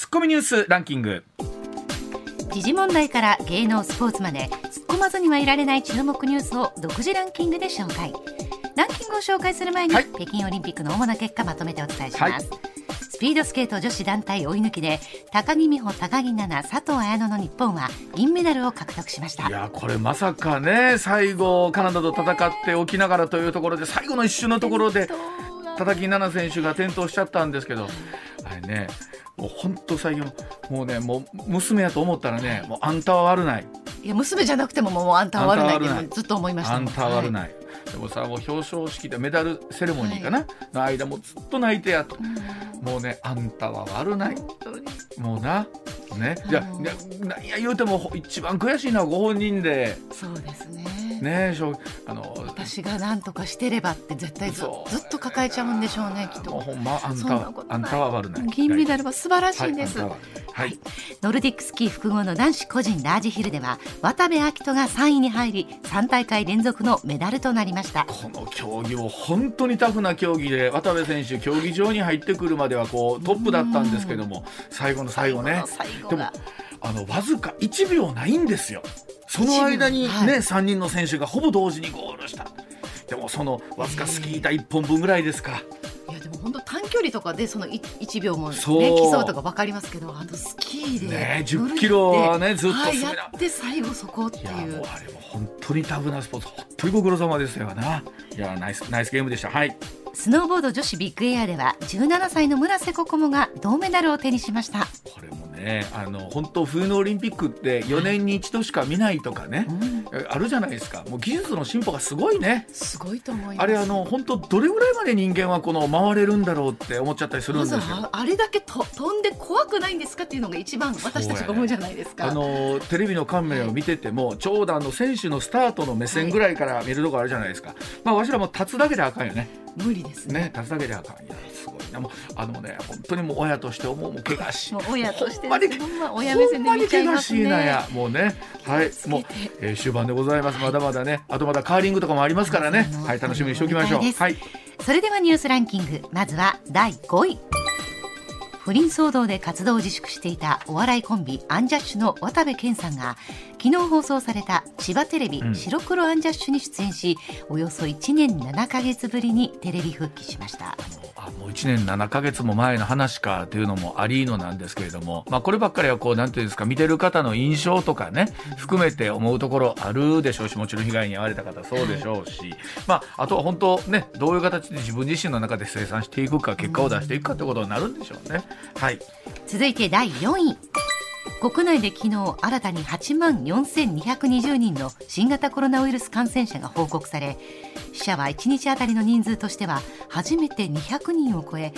ツッコミニュースランキング。 時事問題から芸能スポーツまで突っ込まずにはいられない注目ニュースを独自ランキングで紹介。ランキングを紹介する前に、北京オリンピックの主な結果まとめてお伝えします。スピードスケート女子団体追い抜きで高木美帆、高木菜那、佐藤綾乃の日本は銀メダルを獲得しました。 いやこれまさかね、最後カナダと戦っておきながらというところで最後の一瞬のところで高木菜那選手が転倒しちゃったんですけど、あれね、もう本当最後もうね、もう娘やと思ったらね、もうあんたは悪ない。 いや娘じゃなくてももうあんたは悪ないってずっと思いました。 あんたは悪ない、でもさ、もう表彰式でメダルセレモニーかな、の間もずっと泣いてやっと、もうね、あんたは悪ない、もうなね、じゃあいや言うても一番悔しいのはご本人で。 そうですね。 私が何とかしてればって絶対ずっと抱えちゃうんでしょうね、きっと。 ほんまあんたは悪ない。 銀メダルは素晴らしいです。ノルディックスキー複合の男子個人ラージヒルでは渡部暁斗が3位に入り3大会連続のメダルとなりました。 この競技も本当にタフな競技で、渡部選手競技場に入ってくるまではこうトップだったんですけども、最後の最後ね、でもわずか1秒ないんですよ。その間にね、3人の選手がほぼ同時にゴールした。でもそのわずかスキー板1本分ぐらいですか。 いやでも本当短距離とかでその1秒も、ね、競うとか分かりますけど、スキーで、ね、 10キロはねずっと進めな、 やって最後そこっていう。いやもうあれも本当にタフなスポーツ、本当にご苦労様ですよな。いやナイスゲームでした。 スノーボード女子ビッグエアでは17歳の村瀬心椛が銅メダルを手にしました。 これもね、本当冬のオリンピックって4年に一度しか見ないとかね、あるじゃないですか。もう技術の進歩がすごいね。 すごいと思います。 あれ本当どれぐらいまで人間はこの回れるんだろうって思っちゃったりするんですよ。 あれだけ飛んで怖くないんですかっていうのが一番私たちが思うじゃないですか。 テレビのカメラを見てても、ちょうど選手のスタートの目線ぐらいから見るとこあるじゃないですか。わしらも立つだけであかんよね。 無理ですね。 立つだけであかん。いやすごいな。もうね、本当にもう親として思う、もう怪我しもう親としてほんまに親目線で見ちゃいますね。 もうね、もう、終盤でございます。まだまだね、あとまだカーリングとかもありますからね、楽しみにしておきましょう。 それではニュースランキング、まずは第5位。不倫騒動で活動を自粛していたお笑いコンビアンジャッシュの渡部健さんが昨日放送された千葉テレビ白黒アンジャッシュに出演し、およそ1年7ヶ月ぶりにテレビ復帰しました。 もう1年7ヶ月も前の話かというのもありのなんですけれども、こればっかりはなんていうんですか、見てる方の印象とかね含めて思うところあるでしょうし、もちろん被害に遭われた方そうでしょうし、あとは本当ね、どういう形で自分自身の中で生産していくか、結果を出していくかということになるんでしょうね。 続いて第4位。国内で昨日新たに8万4220人の新型コロナウイルス感染者が報告され、死者は1日あたりの人数としては初めて200人を超え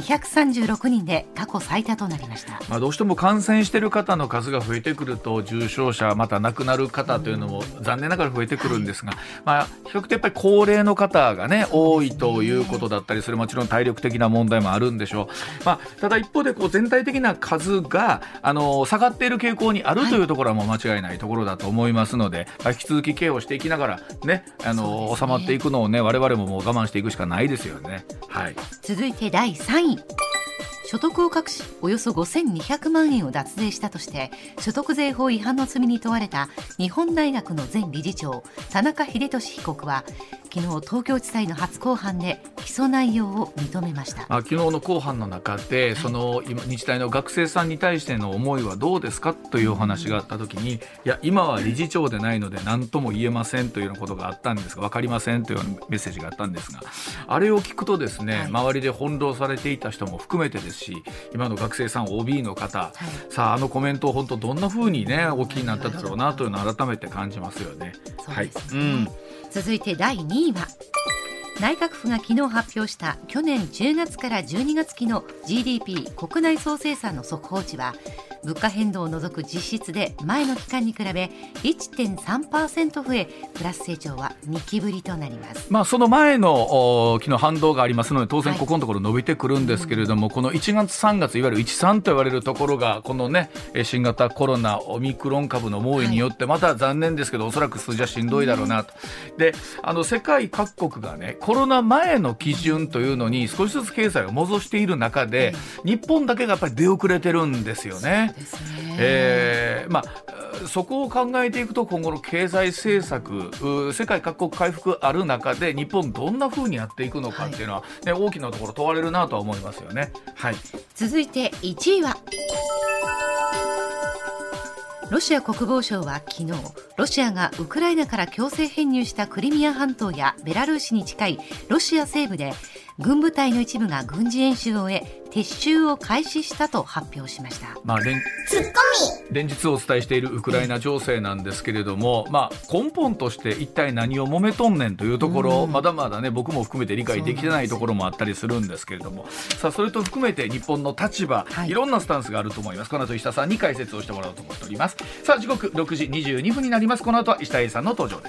236人で過去最多となりました。 どうしても感染している方の数が増えてくると重症者、また亡くなる方というのも残念ながら増えてくるんですが、比較的やっぱり高齢の方がね多いということだったり、それもちろん体力的な問題もあるんでしょう。ただ一方で全体的な数が下がっている傾向にあるというところはもう間違いないところだと思いますので、引き続きケアをしていきながらね、収まっていくのをね、我々ももう我慢していくしかないですよね。 続いて第3位。所得を隠しおよそ5200万円を脱税したとして所得税法違反の罪に問われた日本大学の前理事長田中英寿被告は昨日東京地裁の初公判で起訴内容を認めました。 昨日の公判の中で日大の学生さんに対しての思いはどうですかというお話があったときに、いや今は理事長でないので何とも言えませんというようなことがあったんですが、分かりませんというようなメッセージがあったんですが、あれを聞くとですね、周りで翻弄されていた人も含めてですし、今の学生さん OB の方、さあコメントを本当どんな風にねお気になっただろうなというのを改めて感じますよね。 続いて第2位は内閣府が昨日発表した去年10月から12月期の GDP 国内総生産の速報値は物価変動を除く実質で前の期間に比べ 1.3% 増え、プラス成長は2期ぶりとなります。 その前の期の反動がありますので、当然ここのところ伸びてくるんですけれども、この1月3月いわゆる13と言われるところがこのね、新型コロナオミクロン株の猛威によってまた残念ですけど、おそらく数字はしんどいだろうなと。で、世界各国がね、コロナ前の基準というのに少しずつ経済を戻している中で、日本だけがやっぱり出遅れてるんですよね。そこを考えていくと、今後の経済政策、世界各国回復ある中で日本どんな風にやっていくのかっていうのは、大きなところ問われるなとは思いますよね。 続いて1位は、ロシア国防省は昨日、ロシアがウクライナから強制編入したクリミア半島やベラルーシに近いロシア西部で軍部隊の一部が軍事演習を終え、撤収を開始したと発表しました。 連日お伝えしているウクライナ情勢なんですけれども、根本として一体何を揉めとんねんというところ、まだまだね、僕も含めて理解できてないところもあったりするんですけれども、さあそれと含めて日本の立場、いろんなスタンスがあると思います。この後石田さんに解説をしてもらおうと思っております。さあ時刻6時22分になります。この後は石田英さんの登場です。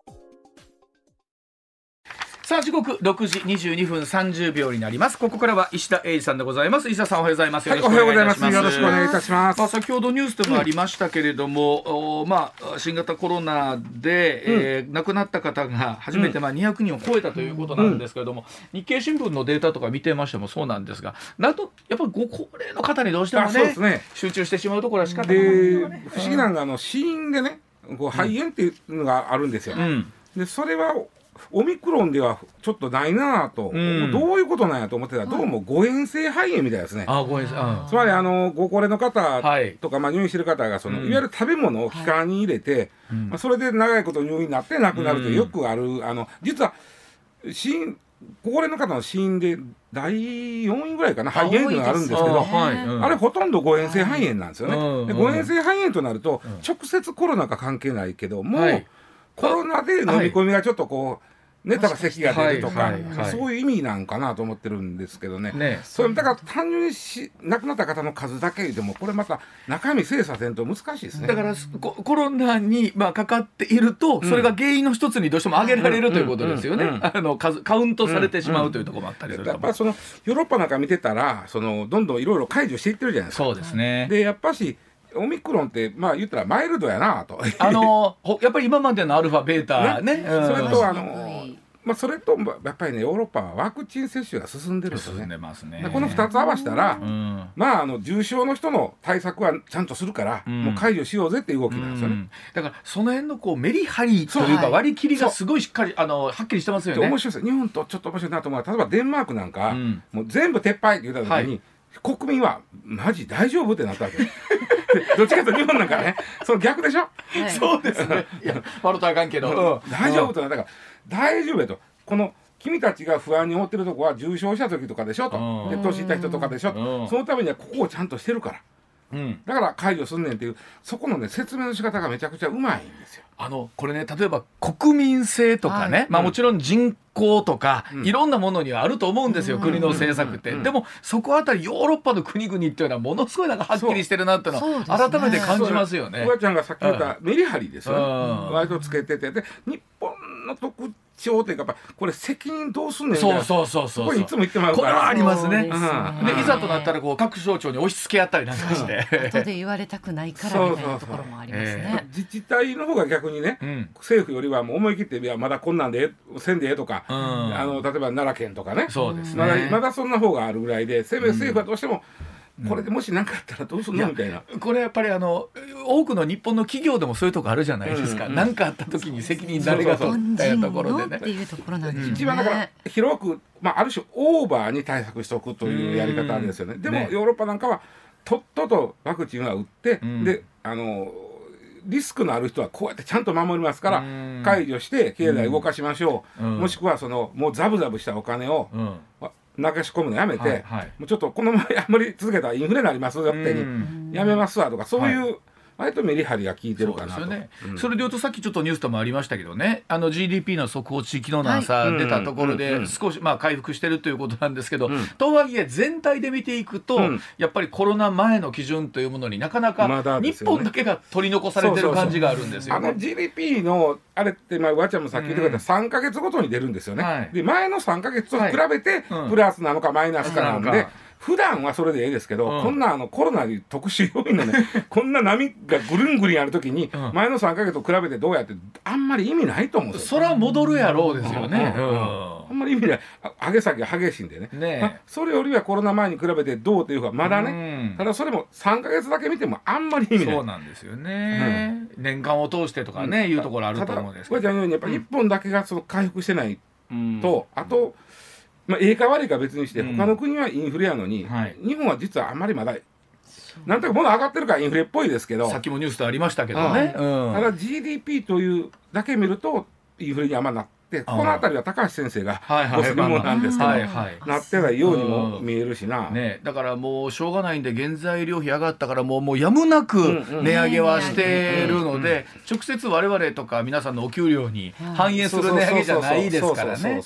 さあ時刻6時22分30秒になります。ここからは石田英二さんでございます。石田さん、おはようございます。よろしくお願いいたします。 よろしくお願いいたします。 先ほどニュースでもありましたけれども、新型コロナで、亡くなった方が初めて200人を超えたということなんですけれども、日経新聞のデータとか見てましてもそうなんですが、なんとやっぱりご高齢の方にどうしてもね、集中してしまうところは仕方ないですよね。 不思議なのが死因でね、肺炎っていうのがあるんですよ。でそれはオミクロンではちょっとないなと、どういうことなんやと思ってたら、どうも誤嚥性肺炎みたいですね。つまりご高齢の方とか、入院してる方がいわゆる食べ物を気管に入れて、それで長いこと入院になって亡くなるというよくある、実は高齢の方の死因で第4位ぐらいかな、肺炎というのがあるんですけど、あれほとんど誤嚥性肺炎なんですよね。で誤嚥性肺炎となると、直接コロナか関係ないけども、コロナで飲み込みがちょっと例えば咳が出るとか、そういう意味なんかなと思ってるんですけどね。それだから単純に亡くなった方の数だけでも、これまた中身精査せんと難しいですね。 だからコロナにかかっていると、それが原因の一つにどうしても挙げられるということですよね。カウントされてしまうというところもあったりする。 やっぱりヨーロッパなんか見てたら、どんどんいろいろ解除していってるじゃないですか。 そうですね。 でやっぱしオミクロンって言ったらマイルドやなとやっぱり今までのアルファベータね、 それとやっぱりね、ヨーロッパはワクチン接種が進んでるんですよね。 進んでますね。 この2つ合わせたら、重症の人の対策はちゃんとするから、もう解除しようぜっていう動きなんですよね。 だからその辺のメリハリというか割り切りがすごいしっかりはっきりしてますよね。 面白いです。日本とちょっと面白いなと思うのは、例えばデンマークなんか、もう全部撤廃って言った時に、国民はマジ大丈夫ってなったわけどっちかというと日本なんかね、その逆でしょ。 そうですね。笑ったらあかんけど、 大丈夫となったから、大丈夫やと。君たちが不安に思ってるとこは重症した時とかでしょと、で年いった人とかでしょと、そのためにはここをちゃんとしてるから、だから解除すんねんっていう、そこのね、説明の仕方がめちゃくちゃうまいんですよ。 これね、例えば国民性とかね、もちろん人口とか、いろんなものにはあると思うんですよ、国の政策って。でもそこあたりヨーロッパの国々っていうのはものすごいはっきりしてるなっていうのは改めて感じますよね。 おばちゃんがさっき言ったメリハリですよね。割とつけてて、で日本の特徴というか、やっぱこれ責任どうすんねんみたいな、ここにいつも言ってもらうから、 これはありますね。でいざとなったら各省庁に押し付け合ったりなんかして後で言われたくないからみたいなところもありますね。 自治体の方が逆にね、政府よりはもう思い切って、いやまだこんなんでせんでええとか、例えば奈良県とかね、まだそんな方があるぐらいで、政府はどうしてもこれでもし何かあったらどうするのみたいな。 これやっぱり多くの日本の企業でもそういうとこあるじゃないですか。何かあった時に責任誰が取ったようなところでね。 っていうところなんでしょうね。 一番だから広く、ある種オーバーに対策しておくというやり方ですよね。でもヨーロッパなんかはとっととワクチンは打って、でリスクのある人はこうやってちゃんと守りますから解除して経済動かしましょう、もしくはもうザブザブしたお金を流し込むのやめて、もうちょっとこのままあんまり続けたらインフレになりますよってにやめますわとか、そういう割とメリハリが効いてるかなと。 そうですよね。それでいうとさっきちょっとニュースでもありましたけどね、GDP の速報値昨日の朝出たところで少し回復してるということなんですけど、とはいえ全体で見ていくと、やっぱりコロナ前の基準というものになかなか日本だけが取り残されてる感じがあるんですよね。 GDP のあれってわちゃんもさっき言ってくれた3ヶ月ごとに出るんですよね。で前の3ヶ月と比べてプラスなのかマイナスかなんで、普段はそれでいいですけど、こんなコロナで特殊要因のねこんな波がぐるんぐりんあるときに、前の3ヶ月と比べてどうやってあんまり意味ないと思うんですよ。 それは戻るやろうですよね。 あんまり意味ない。上げ下げ激しいんでね。それよりはコロナ前に比べてどうというかまだね、ただそれも3ヶ月だけ見てもあんまり意味ない。 そうなんですよね。年間を通してとかね、いうところあると思うんですけど、 ただやっぱり日本だけがその回復してないと、あとええか悪いか別にして、他の国はインフレやのに、日本は実はあんまりまだなんとか物上がってるからインフレっぽいですけど、 さっきもニュースでありましたけどね。 ただ GDP というだけ見るとインフレにあんまなって、この辺りは高橋先生がご専門なんですけど、なってないようにも見えるしな。 だからもうしょうがないんで、原材料費上がったからもうやむなく値上げはしてるので、直接我々とか皆さんのお給料に反映する値上げじゃないですからね。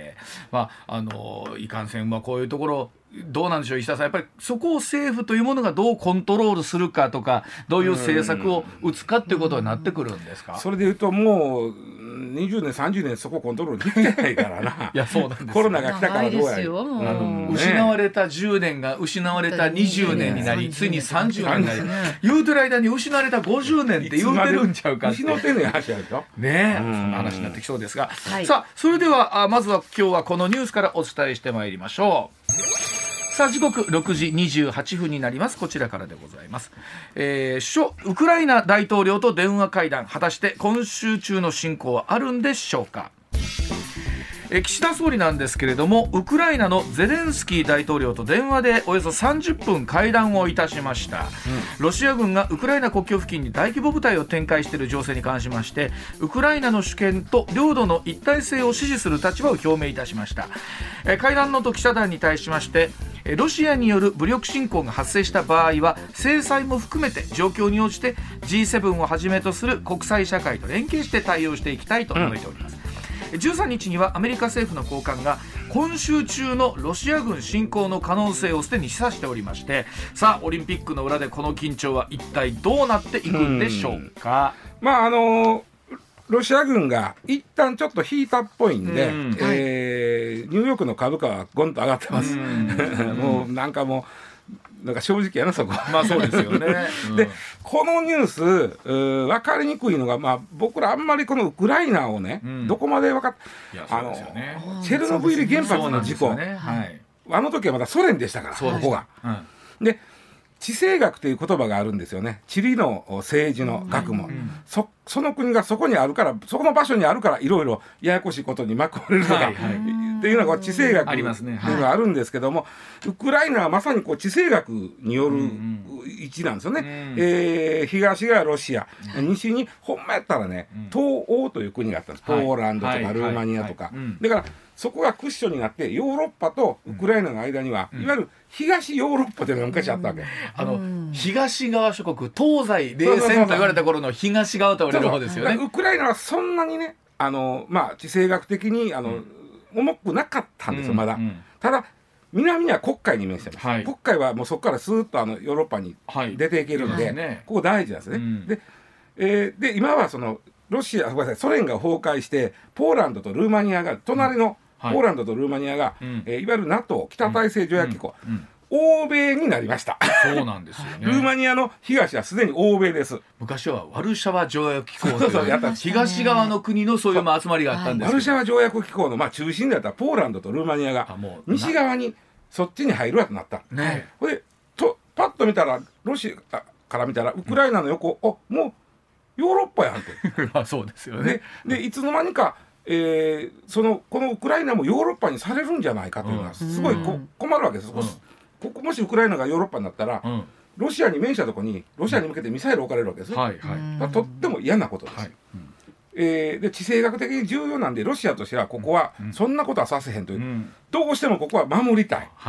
いかんせんこういうところどうなんでしょう、石田さん。やっぱりそこを政府というものがどうコントロールするかとか、どういう政策を打つかっていうことになってくるんですか。 それでいうともう20年30年そこコントロールできてないからな。 いやそうなんです。 コロナが来たからどうや失われた10年が失われた20年になり、ついに30年になり、言うてる間に失われた50年って言うてるんちゃうかって、 失ってんのや話やるとね、そんな話になってきそうですが、さあそれではまずは今日はこのニュースからお伝えしてまいりましょう。さあ時刻6時28分になります。こちらからでございます。ウクライナ大統領と電話会談、果たして今週中の進行はあるんでしょうか。岸田総理なんですけれども、ウクライナのゼレンスキー大統領と電話でおよそ30分会談をいたしました。ロシア軍がウクライナ国境付近に大規模部隊を展開している情勢に関しまして、ウクライナの主権と領土の一体性を支持する立場を表明いたしました。会談の時記者団に対しまして、ロシアによる武力侵攻が発生した場合は制裁も含めて状況に応じて G7 をはじめとする国際社会と連携して対応していきたいと述べております。13日にはアメリカ政府の高官が今週中のロシア軍侵攻の可能性をすでに示唆しておりまして、さあオリンピックの裏でこの緊張は一体どうなっていくんでしょうか。 ロシア軍が一旦ちょっと引いたっぽいんで、ニューヨークの株価はゴンと上がってます。もうなんか正直やなそこ。 そうですよね。 でこのニュース分かりにくいのが、僕らあんまりこのウクライナをね、どこまで分かっチェルノブイリ原発の事故、あの時はまだソ連でしたから、ここが。で地政学という言葉があるんですよね。地理の政治の学問、その国がそこにあるから、そこの場所にあるからいろいろややこしいことに巻き込まれるとか、っていうのが地政学っていうのがあるんですけども、ウクライナはまさに地政学による位置なんですよね。東がロシア、西にほんまやったらね、東欧という国があったんです。ポーランドとかルーマニアとか。だからそこがクッションになって、ヨーロッパとウクライナの間には、いわゆる東ヨーロッパというのが昔あったわけ。 東側諸国、東西冷戦と言われた頃の東側と言われる方ですよね。 ウクライナはそんなにね、地政学的に重くなかったんですよ、まだ。ただ南には黒海に面してます。黒海はもうそこからスーッとヨーロッパに出ていけるんで、ここ大事なんですね。で今はソ連が崩壊して、ポーランドとルーマニアが隣のポーランドとルーマニアが、いわゆる NATO 北大西洋条約機構、欧米になりました。 そうなんですよね。 ルーマニアの東はすでに欧米です。 昔はワルシャワ条約機構という東側の国のそういう集まりがあったんですけど、 ワルシャワ条約機構の中心だったポーランドとルーマニアが西側にそっちに入るわとなった。これパッと見たら、ロシアから見たらウクライナの横、もうヨーロッパやんってそうですよね。 でいつの間にか、このウクライナもヨーロッパにされるんじゃないかというのはすごい困るわけです。ここもしウクライナがヨーロッパになったら、ロシアに面したところにロシアに向けてミサイルを置かれるわけですよ。とっても嫌なことです。で地政学的に重要なんで、ロシアとしてはここはそんなことはさせへんという、どうしてもここは守りたい。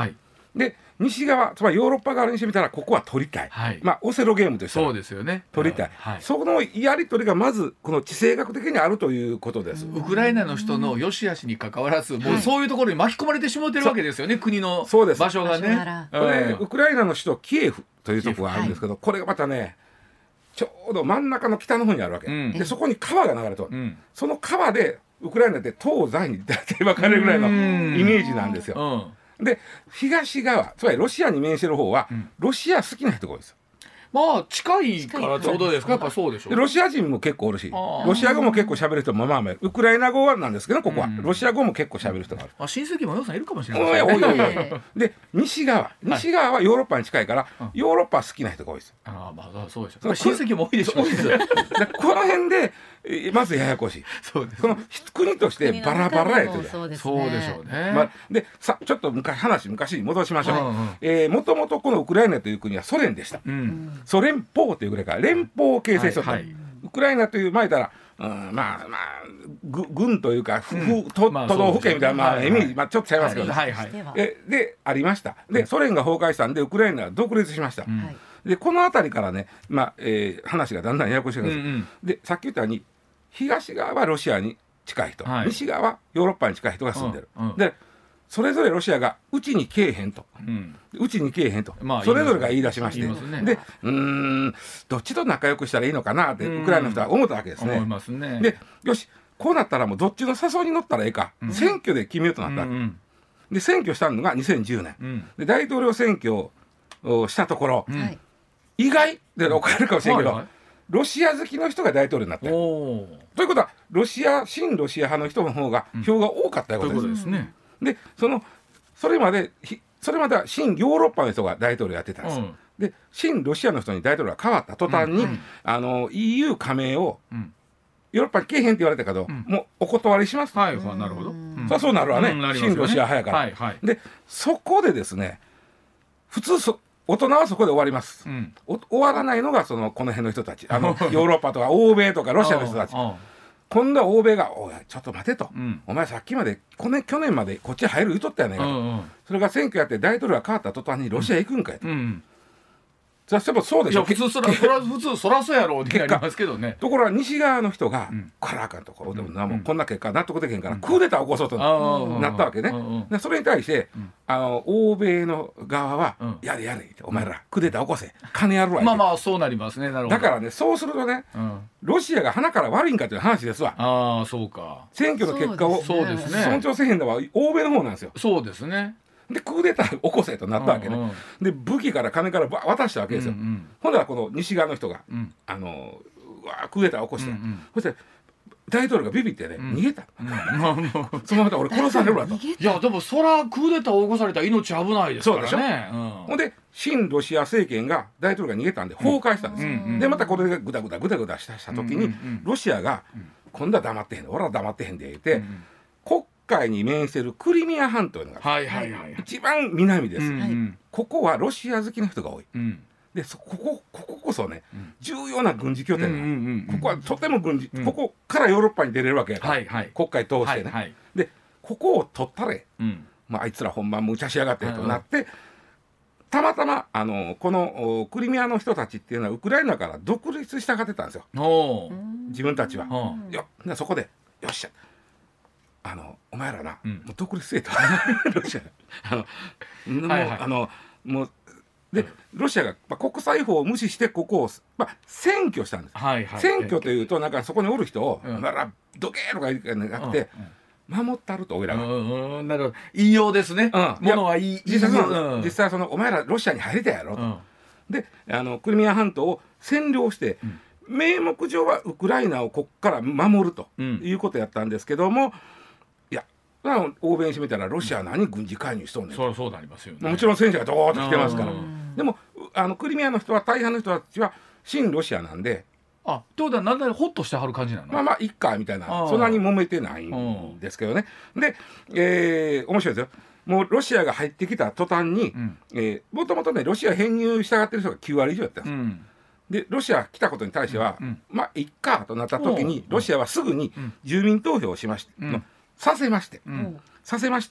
で西側、つまりヨーロッパ側にしてみたらここは取りたい、 はい、 まあオセロゲームとしてそうですよね、 取りたい、 はい、 そのやり取りがまずこの地政学的にあるということです。 ウクライナの人の良し悪しに関わらず、もうそういうところに巻き込まれてしまってるわけですよね、国の場所がね。 これウクライナの首都キエフというところがあるんですけど、これがまたねちょうど真ん中の北の方にあるわけ、でそこに川が流れとる、その川でウクライナって東西に大体分かれるぐらいのイメージなんですよ。で東側、つまりロシアに面してる方は、ロシア好きな人が多いです。 まあ近いからってことですか、やっぱそうでしょう。 ロシア人も結構おるし、ロシア語も結構喋る人もまあまあ、ウクライナ語はなんですけどここは、ロシア語も結構喋る人がある。 親戚もようさんいるかもしれないですね。で西側はヨーロッパに近いから、ヨーロッパ好きな人が多いです。 ああまあそうでしょう。親戚も多いでしょう。 この辺でまずややこしい。この国としてバラバラやと。 そうでしょうね。 でさちょっと昔に戻しましょう。もともとこのウクライナという国はソ連でした。ソ連邦というぐらいから連邦を形成しとった、ウクライナという前からまあ軍というか都道府県みたいな意味ちょっと違いますけどね、でありました。でソ連が崩壊したんでウクライナは独立しました。でこの辺りからね、話がだんだんややこしくなるんです。でさっき言ったように東側はロシアに近い人、西側はヨーロッパに近い人が住んでる。でそれぞれロシアがうちにけえへんと、うちにけえへんと、それぞれが言い出しまして、でどっちと仲良くしたらいいのかなってウクライナの人は思ったわけですね。でよしこうなったらもうどっちの誘いに乗ったらええか、選挙で決めようとなったわけ。で選挙したのが2010年、で大統領選挙をしたところ、意外で分かるかもしれんけど、ロシア好きの人が大統領になった。ということは親ロシア派の人の方が票が多かったということですね。でそれまでは親ヨーロッパの人が大統領やってたんです。で親ロシアの人に大統領が変わった途端に、EU 加盟を、ヨーロッパにけえへんって言われたけど、もうお断りしますと。なるほど。そうなるわね、親ロシア派やから。でそこでですね、普通大人はそこで終わります。終わらないのがこの辺の人たち、ヨーロッパとか欧米とかロシアの人たち。今度は欧米が「おいちょっと待て」と「お前さっきまで去年までこっち入る言うとったやないか」と。それが選挙やって大統領が変わった途端にロシア行くんかいと。そうでしょ。 普通そらそうやろうってなりますけどね。 ところが西側の人がこらあかんところでもこんな結果納得できへんからクーデターを起こそうとなったわけね。それに対して欧米の側は「やれやれお前らクーデター起こせ金やるわ」 まあそうなりますね。 だからね、そうするとねロシアが鼻から悪いんかという話ですわ。 そうか。 選挙の結果を尊重せへんのは欧米の方なんですよ。 そうですね。 でクーデター起こせとなったわけね。で武器から金から渡したわけですよ。ほんならこの西側の人がクーデター起こした。そして大統領がビビってね逃げた。そのまま俺殺されるわと。 いやでもそらクーデターを起こされたら命危ないですからね。 ほんで親ロシア政権が大統領が逃げたんで崩壊したんですよ。でまたこれがグダグダした時にロシアが今度は黙ってへんで俺は黙ってへんで言って国海に面しているクリミア半島が一番南です。ここはロシア好きの人が多い。でここそね重要な軍事拠点ここはとてもここからヨーロッパに出れるわけやから国海通してね。でここを取ったれあいつら本番無茶しやがってとなってたまたまこのクリミアの人たちっていうのはウクライナから独立したがってたんですよ自分たちは。そこでよっしゃお前らな、もう独立せえとロシアもうでロシアが国際法を無視してここを占拠したんです。占拠というとなんかそこにおる人をどけーとか言うんじゃなくて守ったるとおいらが。 なるほど、言いようですね。ものは実際お前らロシアに入れたやろと。でクリミア半島を占領して名目上はウクライナをこっから守るということやったんですけども、欧米にしてみたらロシアは何軍事介入しとんねん。 そうなりますよね。 もちろん戦車がドーッと来てますから。でもクリミアの人は大半の人たちは親ロシアなんで。 ということはなんだホッとしてはる感じなの。 いっかみたいなそんなに揉めてないんですけどね。で面白いですよ。もうロシアが入ってきた途端にもともとねロシア編入したがってる人が9割以上やったんです。でロシア来たことに対してはいっかとなった時にロシアはすぐに住民投票をさせまして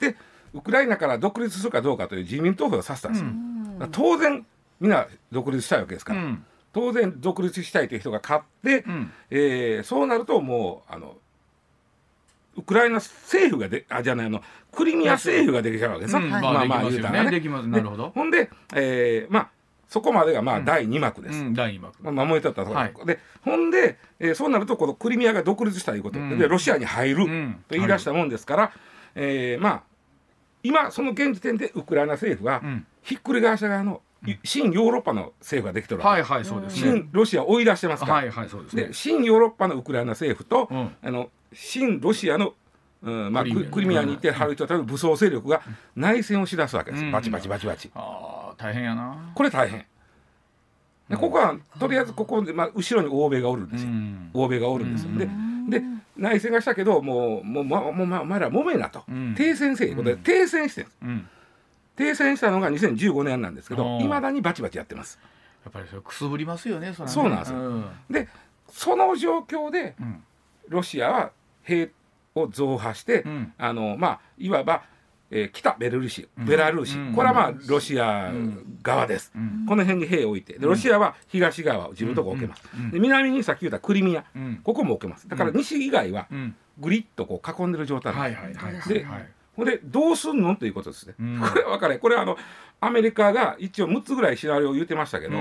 ウクライナから独立するかどうかという自民投票をさせたんですよ。当然みんな独立したいわけですから、当然独立したいという人が勝って、そうなるともうウクライナ政府がじゃないクリミア政府ができちゃうわけですよ。 まあ言うたらね。できます。なるほど。 ほんで、そこまでが第2幕です。 第2幕。 燃えとったところで、ほんで、そうなるとこのクリミアが独立したということで、ロシアに入ると言い出したもんですから、今その現時点でウクライナ政府はひっくり返した側の新ヨーロッパの政府ができてるわけです。新ロシアを追い出してますから。で新ヨーロッパのウクライナ政府と新ロシアのクリミアに行ってはる人たちの武装勢力が内戦をしだすわけです。バチバチバチバチ。 大変やな。 これ大変。でここはとりあえずここで、後ろに欧米がおるんですよ。欧米がおるんですよ。で内戦がしたけどもうお前ら揉めなと、停戦せえということで停戦してるんです。停戦したのが2015年なんですけど、いまだにバチバチやってます。 やっぱりそれくすぶりますよね。 そうなんですよ。でその状況でロシアは兵を増派して、いわば、北ベラルーシ、これはロシア側です。この辺に兵を置いて、でロシアは東側を自分のとこ置けます。で南にさっき言ったクリミア、ここも置けます。だから西以外はグリッとこう囲んでる状態なんです。でどうすんのということですね。これは分かれ。これはアメリカが一応6つぐらいシナリオを言ってましたけど、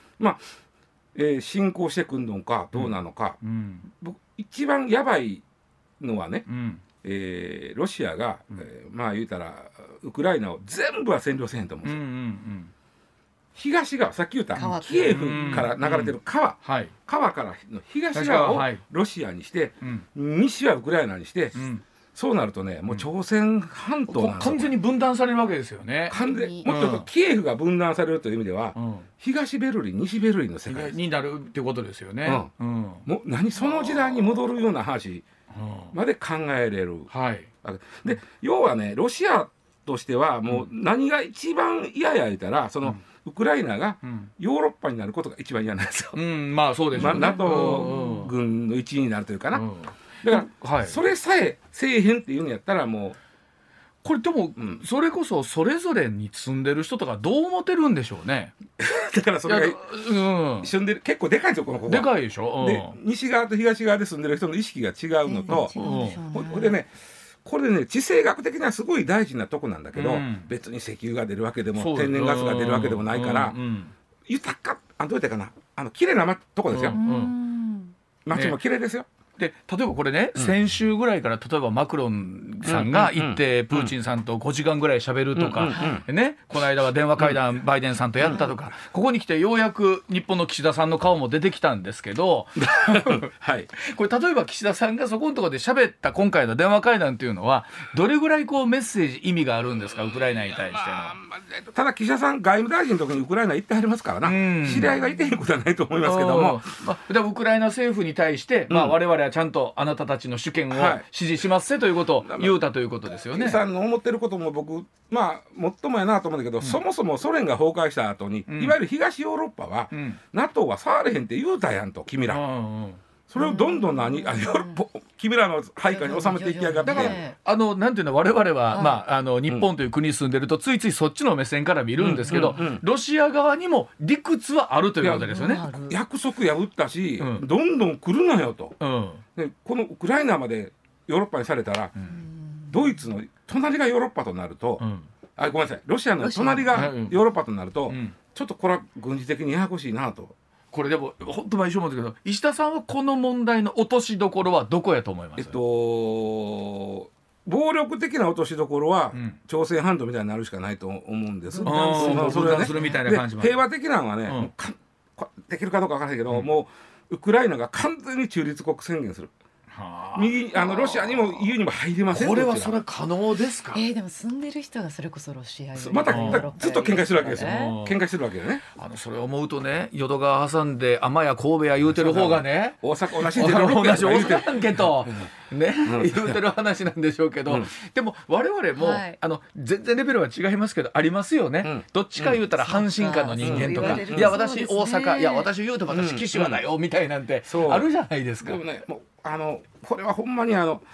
侵攻してくんのかどうなのか、一番やばいのはね、ロシアが、言うたらウクライナを全部は占領せへんと思うんですよ。東側、さっき言ったキエフから流れてる川からの東側をロシアにして、西はウクライナにして、そうなるとね、もう朝鮮半島なんですよ。 完全に分断されるわけですよね。 完全もっと言うとキエフが分断されるという意味では、東ベルリン西ベルリンの世界になるってことですよね。 もうその時代に戻るような話まで考えれる。で要はね、ロシアとしてはもう何が一番嫌や言ったら、そのウクライナがヨーロッパになることが一番嫌なんですよ。 そうでしょうね。 NATO 軍の一員になるというかな。だからそれさえせえへんっていうのやったらもうこれでもそれこそそれぞれに住んでる人とかどう思ってるんでしょうね。 だからそれが住んでる結構でかいんですよ、ここでかいでしょ。 で西側と東側で住んでる人の意識が違うのと、これね地政学的にはすごい大事なとこなんだけど、別に石油が出るわけでも天然ガスが出るわけでもないから、豊かどうやってかな、綺麗なとこですよ。街も綺麗ですよ。 で例えばこれね、先週ぐらいから例えばマクロンさんが行ってプーチンさんと5時間ぐらい喋るとかね、この間は電話会談バイデンさんとやったとか、ここに来てようやく日本の岸田さんの顔も出てきたんですけどこれ例えば岸田さんがそこのところで喋った今回の電話会談っていうのはどれぐらいこうメッセージ意味があるんですか、ウクライナに対しての。 ただ岸田さん外務大臣の時にウクライナ行ってはりますからな、知り合いがいてへんことはないと思いますけども、 でもウクライナ政府に対して、我々はちゃんとあなたたちの主権を支持しますせということを言うたということですよね。 岸さんの思ってることも僕もっともやなと思うんだけど、そもそもソ連が崩壊した後に、いわゆる東ヨーロッパは、NATO は触れへんって言うたやんと、君ら。それをどんどん君らの配下に収めていきやがって、 だからなんていうの、我々は、日本という国に住んでるとついついそっちの目線から見るんですけど、ロシア側にも理屈はあるということですよね。 約束破ったし、どんどん来るなよと。でこのウクライナまでヨーロッパにされたら、ドイツの隣がヨーロッパとなると、ごめんなさい、ロシアの隣がヨーロッパとなると、ちょっとこれは軍事的にややこしいなと。 これでも本当毎週思うんですけど、石田さんはこの問題の落としどころはどこやと思います？ 暴力的な落としどころは、朝鮮半島みたいになるしかないと思うんです。 分断するみたいな感じも。 平和的なのはね、できるかどうか分からないけど、もうウクライナが完全に中立国宣言する。ロシアにも EU にも入りません。 これはそれは可能ですか？ でも住んでる人がそれこそロシアまたずっと喧嘩してるわけですよ。喧嘩してるわけよね。 それを思うとね、淀川挟んで天谷神戸や言うてる方がね、 大阪同じ大阪やんけとね、言うてる話なんでしょうけど、でも我々も全然レベルは違いますけどありますよね。どっちか言うたら阪神間の人間とか、いや私大阪、いや私言うても私岸和だよみたいなんてあるじゃないですか。 これはほんまに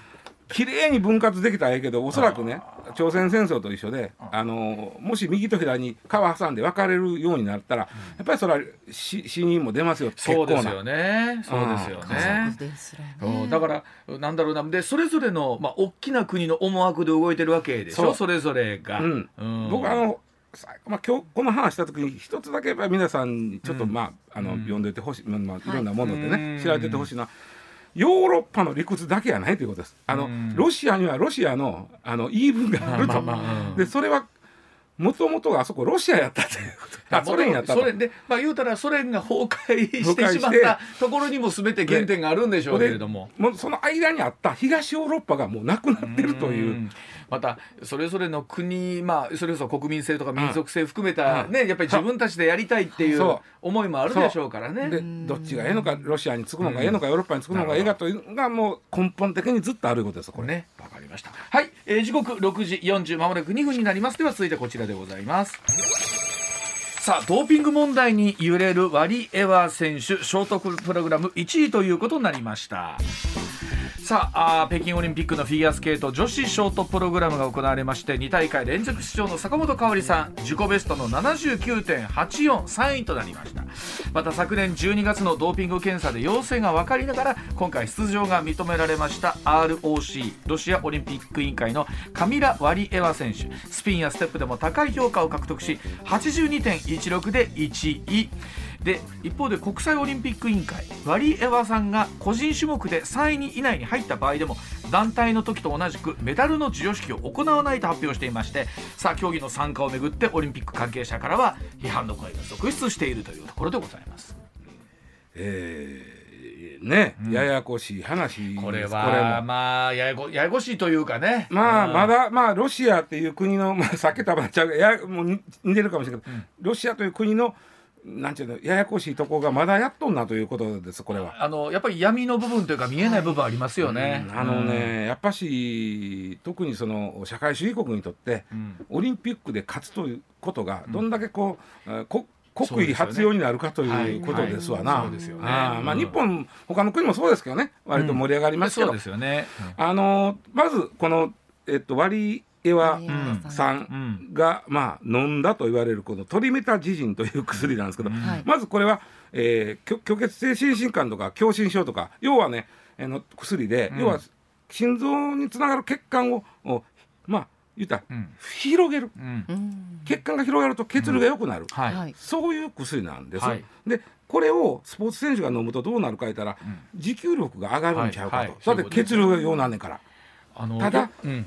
綺麗に分割できたらええけど、おそらくね朝鮮戦争と一緒でもし右と左に川挟んで分かれるようになったら、やっぱりそれは死人も出ますよ。 そうですよね。そうですよね。だからなんだろうな、でそれぞれの大きな国の思惑で動いてるわけでしょ、それぞれが。 僕今日この話した時に一つだけやっぱり皆さんにちょっと読んでおいてほしい、いろんなものでね知られておいてほしいな。ヨーロッパの理屈だけやないということです。ロシアにはロシアの言い分があると。でそれはもともとあそこロシアやったということ。ソ連やったと。で言うたらソ連が崩壊してしまったところにも全て原点があるんでしょうけれども、 その間にあった東ヨーロッパがもうなくなってるという。 またそれぞれの国、それこそ国民性とか民族性含めたね、やっぱり自分たちでやりたいっていう思いもあるでしょうからね。 でどっちがええのか、ロシアにつくのがええのか、ヨーロッパにつくのがええかというのがもう根本的にずっとあることです。これね。 わかりました。はい、時刻6時40まもなく2分になります。では続いてこちらでございます。さあドーピング問題に揺れるワリエワ選手、ショートプログラム1位ということになりました。さあ北京オリンピックのフィギュアスケート女子ショートプログラムが行われまして、2大会連続出場の坂本花織さん、自己ベストの 79.84 3位となりました。また昨年12月のドーピング検査で陽性が分かりながら今回出場が認められました ROC ロシアオリンピック委員会のカミラ・ワリエワ選手、スピンやステップでも高い評価を獲得し 82.16 で1位で、一方で国際オリンピック委員会、ワリエワさんが個人種目で3位以内に入った場合でも団体の時と同じくメダルの授与式を行わないと発表していまして、さあ競技の参加をめぐってオリンピック関係者からは批判の声が続出しているというところでございます。 ややこしい話。 これはややこしいというかね、 まだロシアっていう国の、さっきとはもう似てるかもしれないけど、ロシアという国のなんていうの、ややこしいところがまだやっとんなということです。これはやっぱり闇の部分というか見えない部分ありますよね。 やっぱし特にその社会主義国にとって、オリンピックで勝つということがどんだけ国威発揚になるかということですわな。日本他の国もそうですけどね、割と盛り上がりますけど、 そうですよね。 まずこのワリエワさんが飲んだと言われるこのトリメタジジンという薬なんですけど、まずこれは虚血性心身管とか狭心症とか、要はね薬で、要は心臓につながる血管を言ったら広げる、血管が広がると血流が良くなる、そういう薬なんです。でこれをスポーツ選手が飲むとどうなるか言ったら、持久力が上がるんちゃうかと。だって血流がようなんねんから。ただ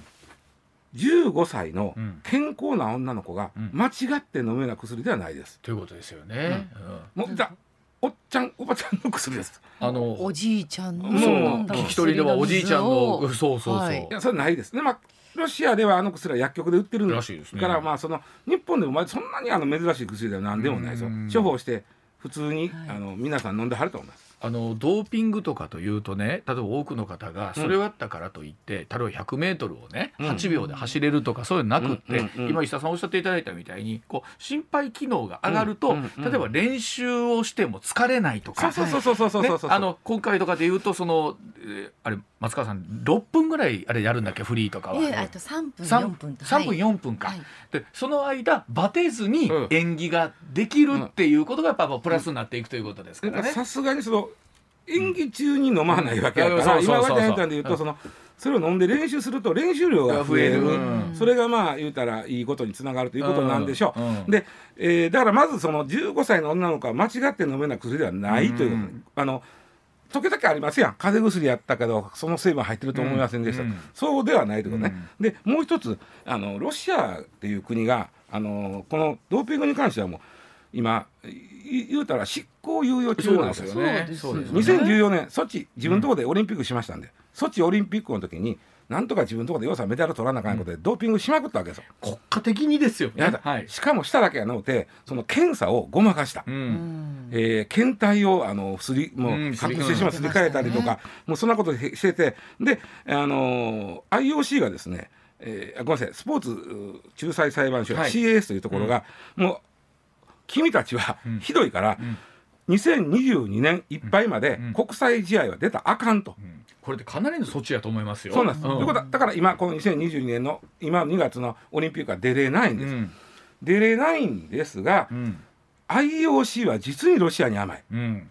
15歳の健康な女の子が間違って飲むような薬ではないです。 ということですよね。 おっちゃんおばちゃんの薬です。 おじいちゃんの聞き取りではおじいちゃんのそういやそれないですね。ロシアでは薬は薬局で売ってるらしいですね。からその日本でもそんなに珍しい薬では何でもないですよ。処方して普通に皆さん飲んではると思います。 ドーピングとかというとね、例えば多くの方がそれをやったからといって、例えば100メートルをね8秒で走れるとかそういうのなくって、今石田さんおっしゃっていただいたみたいに心肺機能が上がると、例えば練習をしても疲れないとか、今回とかでいうとあれ松川さん6分ぐらいあれやるんだっけ、フリーとかは。 3分4分 3分4分か。でその間バテずに演技ができるっていうことがやっぱプラスになっていくということですからね。 さすがに演技中に飲まないわけだから、今までやったんで言うとそれを飲んで練習すると練習量が増える、それが言うたらいいことにつながるということなんでしょう。でだからまずその15歳の女の子は間違って飲めない薬ではないということ。時々ありますやん、風邪薬やったけどその成分入ってると思いませんでした、そうではないということね。でもう一つロシアっていう国がこのドーピングに関してはもう今言うたら執行猶予中なんですよね。2014年ソチ自分のところでオリンピックしましたんで、ソチオリンピックの時になんとか自分のところで要はメダル取らなあかんことでドーピングしまくったわけですよ。 国家的にですよね。 しかもしただけやのてその検査をごまかした、検体を隠してしまう、すり替えたりとか、もうそんなことしてて、でIOC がですね、ごめんなさい、スポーツ仲裁裁判所、CAS というところが、もう君たちはひどいから、2022年いっぱいまで国際試合は出たらあかんと、 これでかなりの措置やと思いますよ。 そうなんです、ということだから今この2022年の今2月のオリンピックは出れないんです、出れないんですが、IOC は実にロシアに甘い、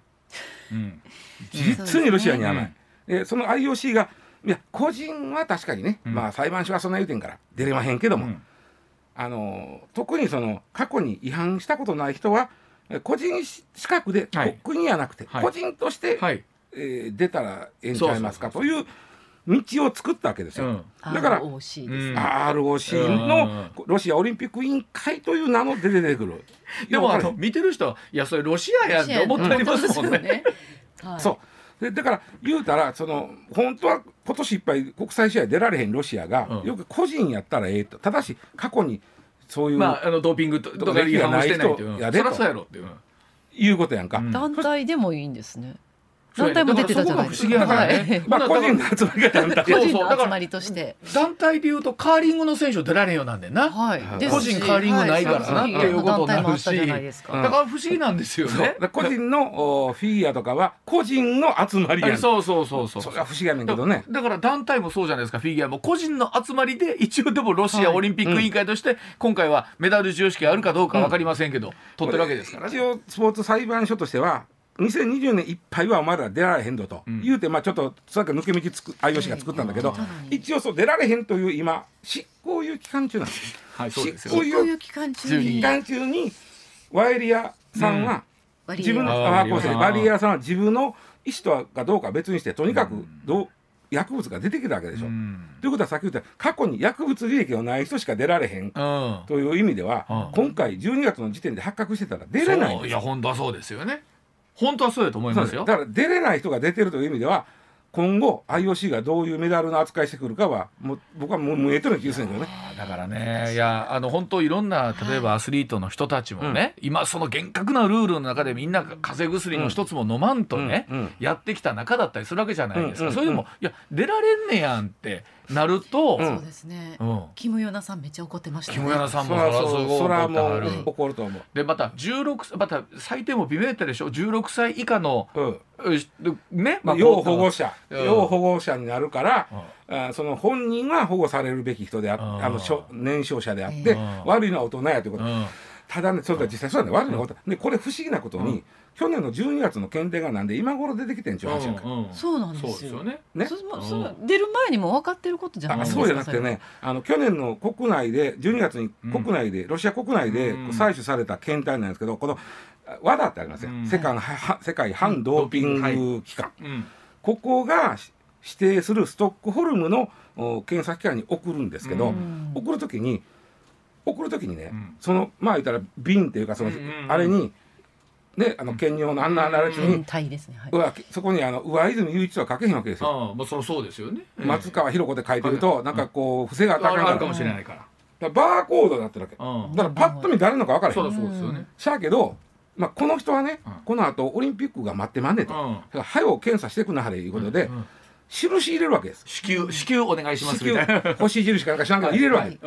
実にロシアに甘い、その IOC がいや個人は確かにね、まあ裁判所はそんな言うてんから出れまへんけども、特にその過去に違反したことない人は個人資格で、国やなくて、個人として、出たらええんちゃいますかという道を作ったわけですよ、だから ROC ですね、 ROC のロシアオリンピック委員会という名ので出てくる。 でも見てる人はいやそれロシアやって思ってありますもんね。 そうだから言うたらその本当は今年いっぱい国際試合出られへんロシアが、よく個人やったらええと、ただし過去にそういう、 ドーピングとか違反をしてないっていう、そりゃそうやろっていうことやんか、 団体でもいいんですね。団体も出てたじゃないですか。 だからそこが不思議なのね。 個人の集まりが団体、 個人の集まりとして団体でいうとカーリングの選手出られんようなんでな、個人カーリングないからなっていうことになるし、だから不思議なんですよね。 個人のフィギュアとかは個人の集まりやん。 そうそれは不思議やねんけどね。 だから団体もそうじゃないですか。フィギュアも個人の集まりで一応でもロシアオリンピック委員会として今回はメダル授与式あるかどうか分かりませんけど、取ってるわけですからね。 一応スポーツ裁判所としては2020年いっぱいはお前ら出られへんぞと、言うて、ちょっとそれから抜け道IOC が作ったんだけど、一応そう出られへんという今執行猶予期間中なんです、執行猶予期間中にワイリアさんは自分のワリエワさんは自分の意思とかどうかは別にしてとにかく薬物が出てきたわけでしょ、ということはさっき言った過去に薬物履歴のない人しか出られへんという意味では、今回12月の時点で発覚してたら出れないんです。 いや本当はそうですよね。本当はそうやと思いますよ。 だから出れない人が出てるという意味では今後 IOC がどういうメダルの扱いしてくるかは僕はもう見えてる気がするんだけどね。 だからね、いや本当いろんな例えばアスリートの人たちもね、今その厳格なルールの中でみんな風邪薬の一つも飲まんとね、やってきた中だったりするわけじゃないですか。それでもいや出られんねやんってなると、 そうですね、キムヨナさんめっちゃ怒ってましたね。 キムヨナさんもそれはもう怒ると思う。 でまた最低も微妙やったでしょ。16歳以下のね、 要保護者になるから、その本人は保護されるべき人で年少者であって、悪いのは大人やということ、ただねそれから実際そうなんだ、悪いのは大人で、これ不思議なことに、去年の12月の検定がなんで今頃出てきてんちゅう話やんか。 そうなんですよね。出る前にも分かってることじゃないですか。 そうじゃなくてね、去年の国内で12月に国内で、ロシア国内で採取された検体なんですけど、このWADA ってありますよ、世界反ドーピング機関、ここが指定するストックホルムの検査機関に送るんですけど、送るときにね、その言ったら瓶っていうかあれにね、検尿のあんなやつに、そこに上泉雄一は書けへんわけですよ。 そうですよね。 松川博子で書いてるとなんかこう伏せが高いかもしれないから、 バーコードになってるわけだからパッと見誰のか分からへん。 そうですよね。 しゃあけどこの人はね、この後オリンピックが待ってまんねんと、早う検査してくなはれいうことで印入れるわけです。 至急お願いしますみたいな星印かなんか知らんけど入れるわけです。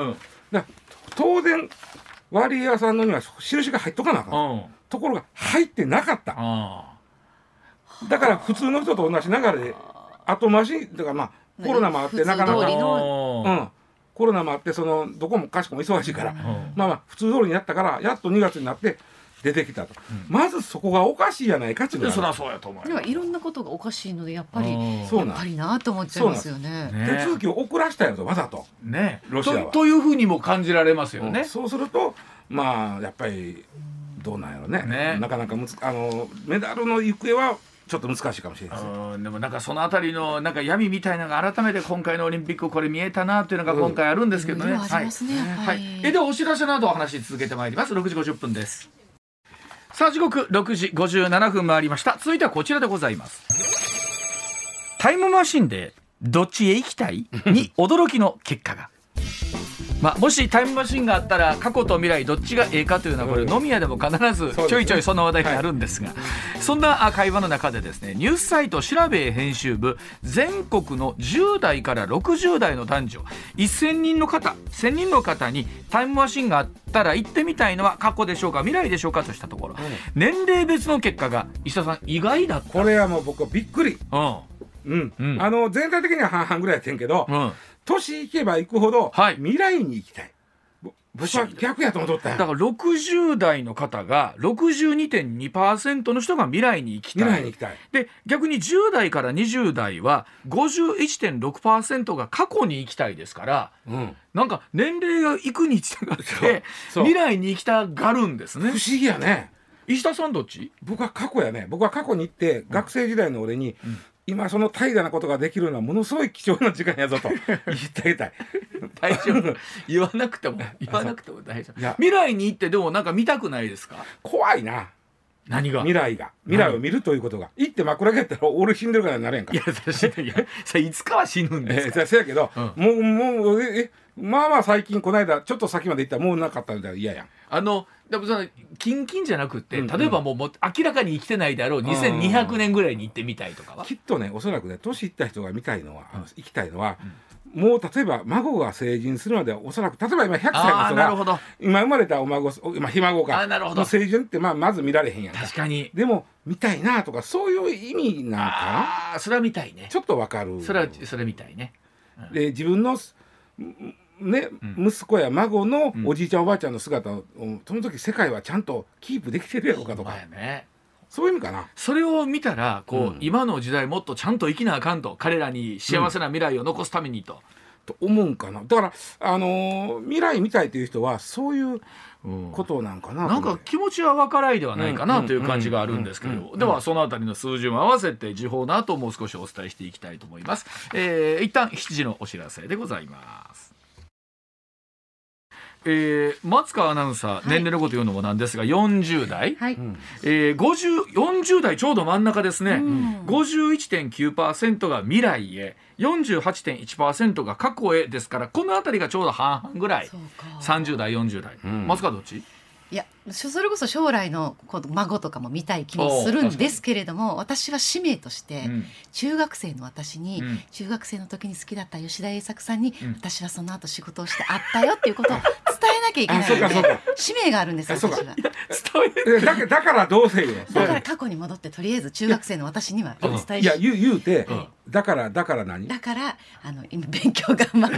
当然ワリエワさんのには印が入っとかなあかん、ところが入ってなかった。だから普通の人と同じ流れで後回しだからコロナもあってなかなかコロナもあってどこもかしこも忙しいから、普通通りにやったからやっと2月になって出てきたと、まずそこがおかしいじゃないかっていうのはそりゃそうやと思う。 いろんなことがおかしいのでやっぱりなと思っちゃいますよね。 手続きを遅らしたやろとわざとね、 ロシアはというふうにも感じられますよね。 そうするとやっぱりどうなんやろね、なかなかメダルの行方はちょっと難しいかもしれないですね。 でもなんかそのあたりのなんか闇みたいなのが改めて今回のオリンピックこれ見えたなというのが今回あるんですけどね。ではお知らせなどお話し続けてまいります。6時50分です。さあ時刻6時57分回りました。続いてはこちらでございます。タイムマシンでどっちへ行きたいに驚きの結果がもしタイムマシンがあったら過去と未来どっちがええかというのはこれ飲み屋でも必ずちょいちょいその話題になるんですが、そんな会話の中でですね、ニュースサイト調べ編集部全国の10代から60代の男女1000人の方にタイムマシンがあったら行ってみたいのは過去でしょうか未来でしょうかとしたところ、年齢別の結果が石田さん意外だった。 これはもう僕はびっくり。 全体的には半々ぐらいやってんけど、 うん、 年いけばいくほど、 はい、 未来に行きたい。僕は逆やと思ったんや。 だから60代の方が 62.2% の人が未来に行きたい。 未来に行きたい。 で逆に10代から20代は 51.6% が過去に行きたいですから、うん、なんか年齢がいくに従って未来に行きたがるんですね。 不思議やね。 石田さんどっち？ 僕は過去やね。僕は過去に行って、学生時代の俺に、今その怠惰なことができるのはものすごい貴重な時間やぞと言ってあげたい。 大丈夫。言わなくても大丈夫。未来に行ってでもなんか見たくないですか？ 怖いな。 何が？ 未来を見るということが。行って枕がやったら俺死んでるからになれんか。 いやいつかは死ぬんですか？ そうやけど、もうまあまあ最近この間ちょっと先まで行ったらもうなかったみたいな嫌やん。 でもそのキンキンじゃなくて、例えばもう明らかに生きてないであろう2200年ぐらいに行ってみたいとかは、 きっとね、おそらくね、年いった人が見たいのは、行きたいのは、もう例えば孫が成人するまではおそらく、例えば今100歳の人が今生まれたお孫、今ひ孫がの成人ってまず見られへんやんか。 確かに。 でも見たいなとかそういう意味なんかな。 それは見たいね。 ちょっとわかる。 それ見たいね。 で自分のね、息子や孫のおじいちゃんおばあちゃんの姿を、その時世界はちゃんとキープできてるやろうかとか、そういう意味かな。 それを見たら今の時代もっとちゃんと生きなあかんと、彼らに幸せな未来を残すためにと思うんかな。だから未来見たいという人はそういうことなんかな、 なんか気持ちは分からないではないかなという感じがあるんですけど、ではそのあたりの数字も合わせて時報の後もう少しお伝えしていきたいと思います。一旦7時のお知らせでございます。松川アナウンサー、年齢のこと言うのもなんですが40代、40代ちょうど真ん中ですね、51.9% が未来へ 48.1% が過去へですから、このあたりがちょうど半々ぐらい。30代40代、松川どっち？ いや、それこそ将来の孫とかも見たい気もするんですけれども、私は使命として中学生の私に、中学生の時に好きだった吉田栄作さんに、私はその後仕事をしてあったよっていうことを伝えなきゃいけないので、使命があるんですよ、私は。 だからどうせよ。 だから過去に戻ってとりあえず中学生の私にはお伝えして、 いや言うて、だから何？ だから今勉強頑張って、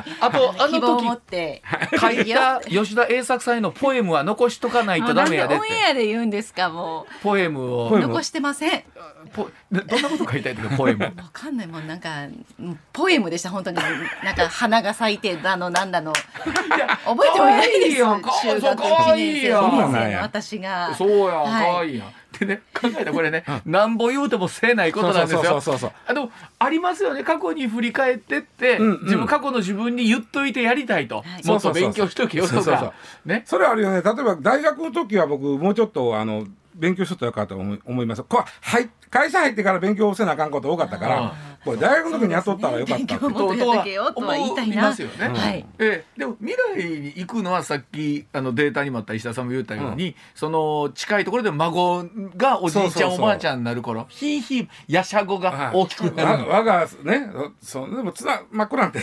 あと希望を持って書いた吉田栄作さんへのポエムは残しとかないとダメやでって。 オンエアで言うんですか？もうポエムを残してません。 どんなこと書いたいとか、ポエムわかんない。もうなんかポエムでした。本当になんか花が咲いてなんだの覚えてもいないですよ。中学1年生の私が。 そうや、可愛いやん。でね、考えたこれね、なんぼ言うてもせえないことなんですよ。ありますよね。過去に振り返ってって、過去の自分に言っといてやりたいと、もっと勉強しとけよとかね。 それあるよね。例えば大学の時は僕もうちょっと勉強しとったらよかったと思います。会社入ってから勉強せなあかんこと多かったから、これ大学の時に雇ったらよかったと思いますよね。 でも未来に行くのはさっきデータにもあった石田さんも言ったように、その近いところで孫がおじいちゃんおばあちゃんになる頃、ひいひいやしゃごが大きくなる。 我がね、でも真っ暗なんて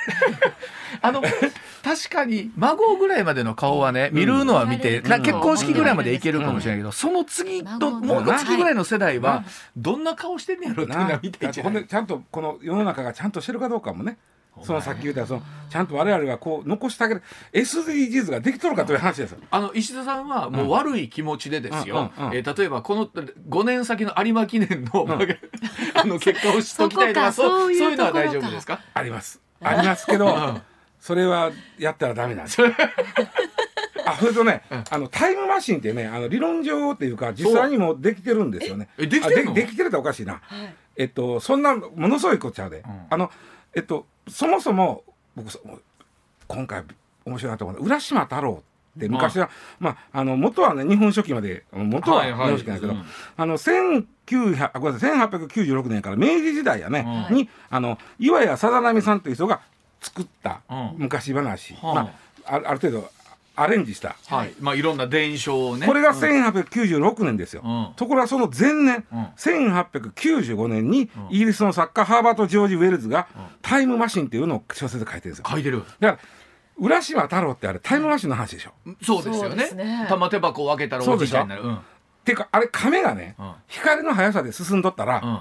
確かに孫ぐらいまでの顔はね、見るのは見て、結婚式ぐらいまでいけるかもしれないけど、その次ともう次ぐらいの世代はどんな顔してんねやろっていうのは見ていけない。 ちゃんとこの世の中がちゃんとしてるかどうかもね、そのさっき言ったちゃんと我々がこう残してあげる SDGs ができとるかという話ですよ。 石田さんはもう悪い気持ちでですよ、例えばこの5年先の有馬記念の結果をしときたいとか、そういうのは大丈夫ですか？ ありますけど、それはやったらダメなんですよ。それとね、タイムマシンってね、理論上っていうか実際にもできてるんですよね。 できてるの？ できてるっておかしいな。そんなものすごいこっちゃうで、そもそも僕今回面白いなと思うのは、浦島太郎って昔は、元はね日本書紀まで元は日本書紀なんだけど、1896年から明治時代やね、に岩屋貞波さんという人が作った昔話、ある程度アレンジした、 いろんな伝承をね、 これが1896年ですよ。ところがその前年、1895年にイギリスの作家ハーバート・ジョージ・ウェルズがタイムマシンっていうのを小説で書いてるんですよ。 書いてる。 だから浦島太郎ってあれタイムマシンの話でしょ。 そうですよね。玉手箱を開けたらおじいちゃんになる。 っていうかあれ亀がね、光の速さで進んどったら、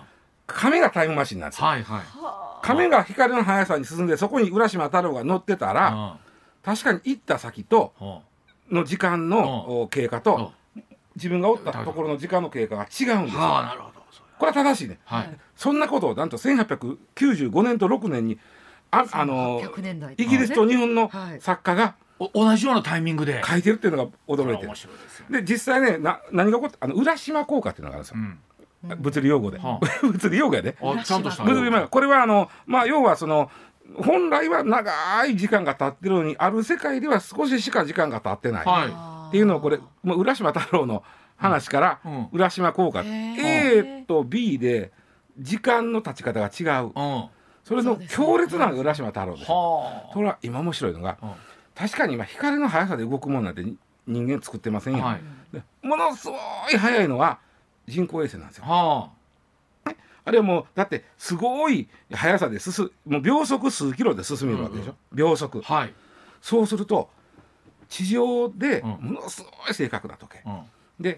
亀がタイムマシンなんですよ。 はいはい。 亀が光の速さに進んでそこに浦島太郎が乗ってたら、確かに行った先との時間の経過と自分がおったところの時間の経過が違うんですよ。 なるほど。 これは正しいね。そんなことをなんと1895年と6年にイギリスと日本の作家が同じようなタイミングで書いてるっていうのが驚いてる。で実際ね何が起こって浦島効果っていうのがあるんですよ。物理用語で物理用語やで。 ちゃんとした物理用語。これは要は本来は長い時間が経ってるのにある世界では少ししか時間が経ってないっていうのをこれもう浦島太郎の話から浦島効果 A と B で時間の経ち方が違う。それの強烈な浦島太郎です。それは今面白いのが確かに今光の速さで動くものなんて人間作ってませんよ。ものすごい速いのは人工衛星なんですよ。あれはもうだってすごい速さでもう秒速数キロで進めるわけでしょ。秒速。そうすると地上でものすごい正確な時計で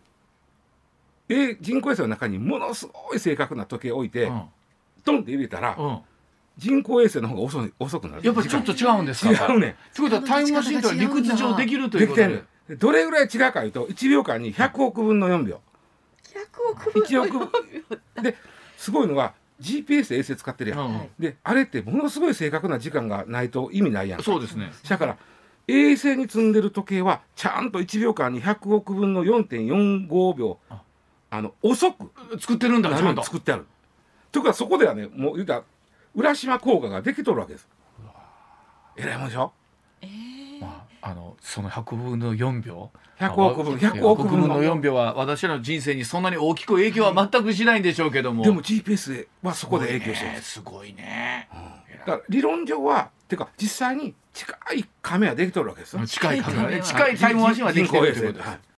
人工衛星の中にものすごい正確な時計を置いてドンって入れたら人工衛星の方が遅くなる。 やっぱりちょっっと違うんですか。 違うね。 ということはタイムマシンとは理屈上できるということで。 どれぐらい違うかというと1秒間に100億分の4秒。1億分ですごいのは GPS 衛星使ってるやん。であれってものすごい正確な時間がないと意味ないやん。 そうですね。 だから衛星に積んでる時計はちゃんと1秒間に100億分の 4.45 秒遅く作ってるんだ。 ちゃんと作ってある。というかそこではねもう言うたら浦島効果ができとるわけです。えらいもんでしょ。 その100分の4秒 100億分の4秒は私らの人生にそんなに大きく影響は全くしないんでしょうけども、 でも GPS はそこで影響してる。 すごいね。 だから理論上はてか実際に近いカメラできとるわけですよ。 近いカメラ、近いタイムマシンはできてるということです。